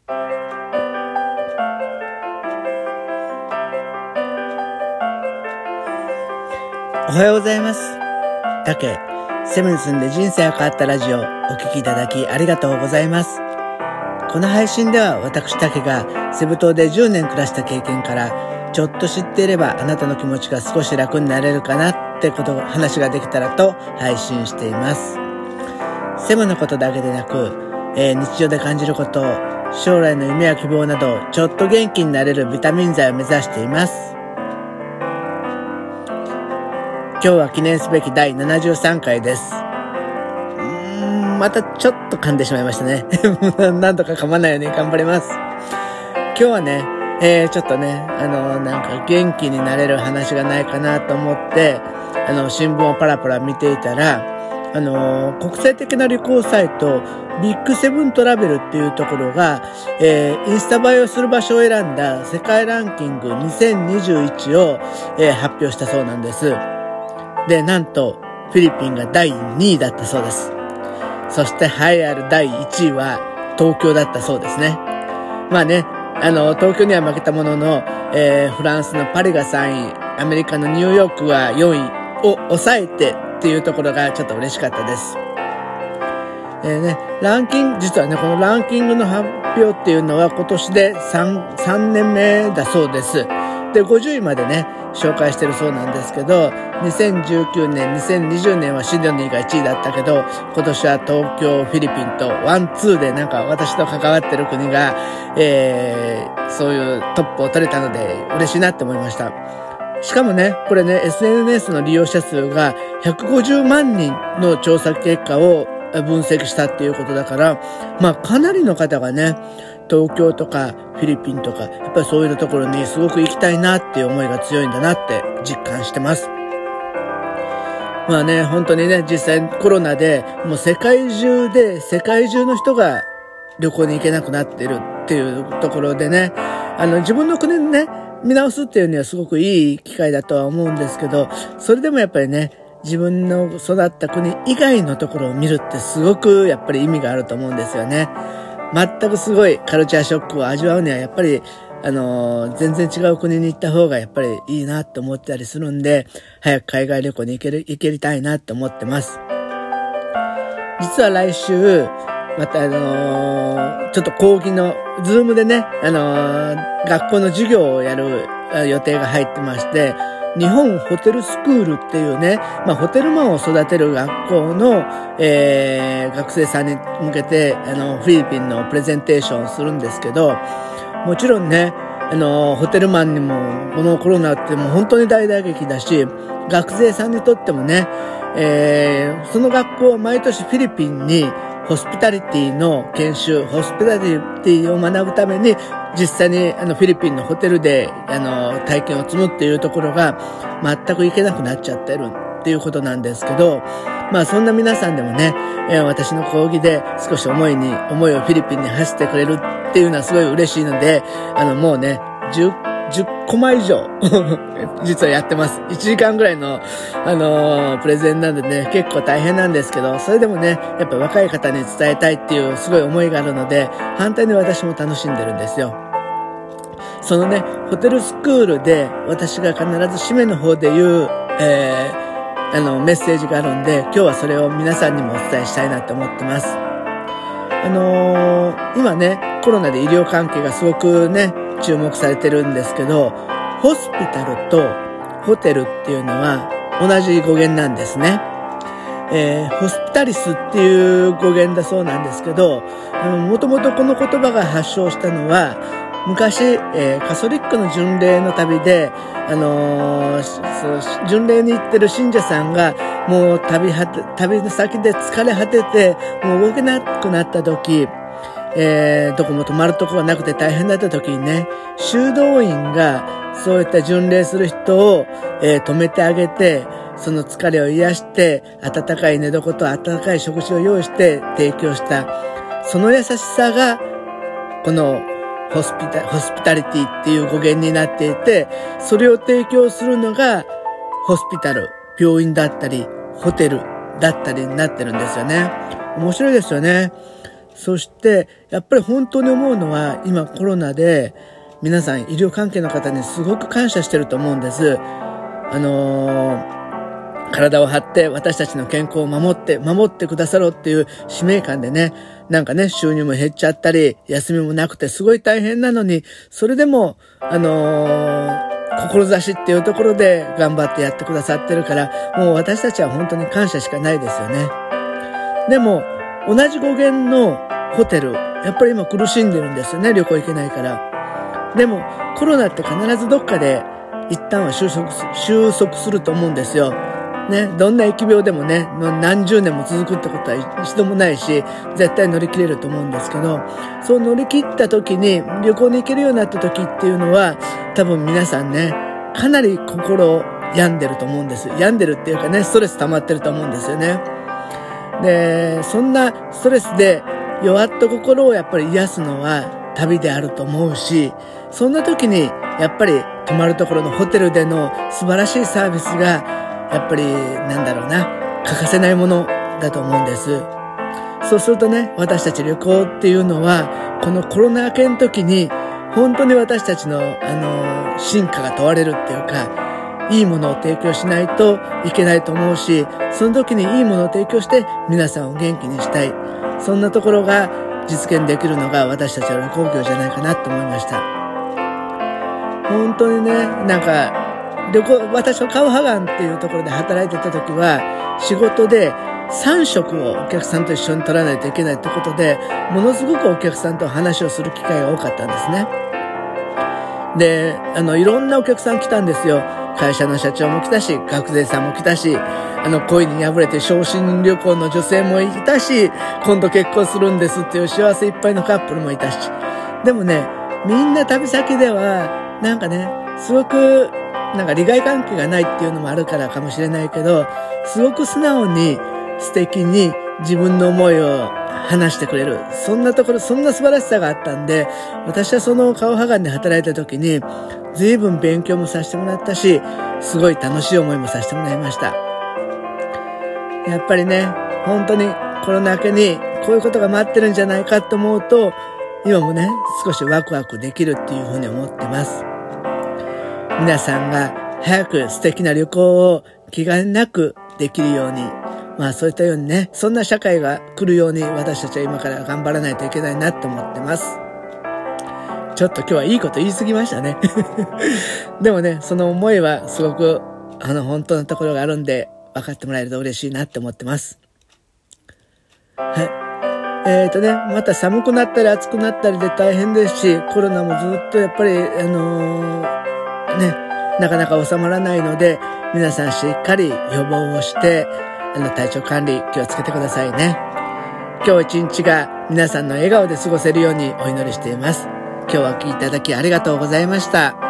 おはようございます。タケ、セブに住んで人生が変わったラジオ、お聞きいただきありがとうございます。この配信では私タケがセブ島で10年暮らした経験から、ちょっと知っていればあなたの気持ちが少し楽になれるかなって話ができたらと配信しています。セブのことだけでなく、日常で感じること、将来の夢や希望など、ちょっと元気になれるビタミン剤を目指しています。今日は記念すべき第73回です。またちょっと噛んでしまいましたね。何とか噛まないように頑張ります。今日はね、ちょっとね、なんか元気になれる話がないかなと思って、新聞をパラパラ見ていたら、国際的な旅行サイト、ビッグセブントラベルっていうところが、インスタ映えをする場所を選んだ世界ランキング2021を、発表したそうなんです。で、なんと、フィリピンが第2位だったそうです。そして、栄えある第1位は、東京だったそうですね。まあね、東京には負けたものの、フランスのパリが3位、アメリカのニューヨークは4位を抑えてっていうところがちょっと嬉しかったです。実はね、このランキングの発表っていうのは今年で3年目だそうです。で、50位までね、紹介してるそうなんですけど、2019年、2020年はシドニーが1位だったけど、今年は東京、フィリピンとワンツーでなんか私と関わってる国が、そういうトップを取れたので嬉しいなって思いました。しかもね、これね、SNS の利用者数が150万人の調査結果を分析したっていうことだから、まあかなりの方がね、東京とかフィリピンとか、やっぱりそういうところにすごく行きたいなっていう思いが強いんだなって実感してます。まあね、本当にね、実際コロナでもう世界中の人が旅行に行けなくなってるっていうところでね、自分の国にね、見直すっていうにはすごくいい機会だとは思うんですけど、それでもやっぱりね、自分の育った国以外のところを見るってすごくやっぱり意味があると思うんですよね。全くすごいカルチャーショックを味わうにはやっぱり、全然違う国に行った方がやっぱりいいなって思ったりするんで、早く海外旅行に行けたいなって思ってます。実は来週、またちょっと講義の、ズームでね、学校の授業をやる予定が入ってまして、日本ホテルスクールっていうね、まあホテルマンを育てる学校の、学生さんに向けて、フィリピンのプレゼンテーションをするんですけど、もちろんね、ホテルマンにも、このコロナってもう本当に大打撃だし、学生さんにとってもね、その学校は毎年フィリピンにホスピタリティの研修、ホスピタリティを学ぶために、実際にフィリピンのホテルで体験を積むっていうところが全く行けなくなっちゃってるっていうことなんですけど、まあそんな皆さんでもね、私の講義で少し思いをフィリピンに馳せてくれるっていうのはすごい嬉しいので、もうね、10コマ以上実はやってます。1時間ぐらいのプレゼンなんでね、結構大変なんですけど、それでもね、やっぱ若い方に伝えたいっていうすごい思いがあるので、反対に私も楽しんでるんですよ。そのね、ホテルスクールで私が必ず締めの方で言う、メッセージがあるんで、今日はそれを皆さんにもお伝えしたいなと思ってます。今ね、コロナで医療関係がすごくね、注目されてるんですけど、ホスピタルとホテルっていうのは同じ語源なんですね。ホスピタリスっていう語源だそうなんですけど、もともとこの言葉が発祥したのは、昔、カソリックの巡礼の旅で、巡礼に行ってる信者さんが、もう旅の先で疲れ果てて、もう動けなくなった時、どこも泊まるとこがなくて大変だった時にね、修道院がそういった巡礼する人を、泊めてあげて、その疲れを癒して、温かい寝床と温かい食事を用意して提供した。その優しさが、このホスピタリティっていう語源になっていて、それを提供するのが、ホスピタル、病院だったり、ホテルだったりになってるんですよね。面白いですよね。 そしてやっぱり本当に思うのは、今コロナで皆さん医療関係の方にすごく感謝してると思うんです。体を張って私たちの健康を守ってくださろうっていう使命感でね、なんかね、収入も減っちゃったり、休みもなくてすごい大変なのに、それでも、志っていうところで頑張ってやってくださってるから、もう私たちは本当に感謝しかないですよね。でも、同じ語源のホテル、やっぱり今苦しんでるんですよね、旅行行けないから。でも、コロナって必ずどっかで一旦は収束すると思うんですよ。ね、どんな疫病でもね、何十年も続くってことは一度もないし、絶対乗り切れると思うんですけど、そう乗り切った時に、旅行に行けるようになった時っていうのは、多分皆さんね、かなり心病んでると思うんです。病んでるっていうかね、ストレス溜まってると思うんですよね。で、そんなストレスで弱っと心をやっぱり癒すのは旅であると思うし、そんな時にやっぱり泊まるところのホテルでの素晴らしいサービスがやっぱり欠かせないものだと思うんです。そうするとね、私たち旅行っていうのはこのコロナ明けの時に本当に私たちの進化が問われるっていうか、いいものを提供しないといけないと思うし、その時にいいものを提供して皆さんを元気にしたい、そんなところが実現できるのが私たちの旅行業じゃないかなと思いました。本当にね、私はカウハガンっていうところで働いてた時は、仕事で3食をお客さんと一緒に取らないといけないってことで、ものすごくお客さんと話をする機会が多かったんですね。で、いろんなお客さん来たんですよ。会社の社長も来たし、学生さんも来たし、恋に破れて昇進旅行の女性もいたし、今度結婚するんですっていう幸せいっぱいのカップルもいたし。でもね、みんな旅先では、すごく、利害関係がないっていうのもあるからかもしれないけど、すごく素直に素敵に自分の思いを話してくれる。そんな素晴らしさがあったんで、私はそのカウハガンで働いた時に、随分勉強もさせてもらったし、すごい楽しい思いもさせてもらいました。やっぱりね、本当にコロナ明けにこういうことが待ってるんじゃないかと思うと、今もね、少しワクワクできるっていうふうに思ってます。皆さんが早く素敵な旅行を気兼ねなくできるように、そういったようにね、そんな社会が来るように私たちは今から頑張らないといけないなと思ってます。ちょっと今日はいいこと言い過ぎましたね。でもね、その思いはすごく本当のところがあるんで分かってもらえると嬉しいなって思ってます。はい。また寒くなったり暑くなったりで大変ですし、コロナもずっとやっぱりなかなか収まらないので、皆さんしっかり予防をして体調管理気をつけてくださいね。今日一日が皆さんの笑顔で過ごせるようにお祈りしています。今日はお聞きいただきありがとうございました。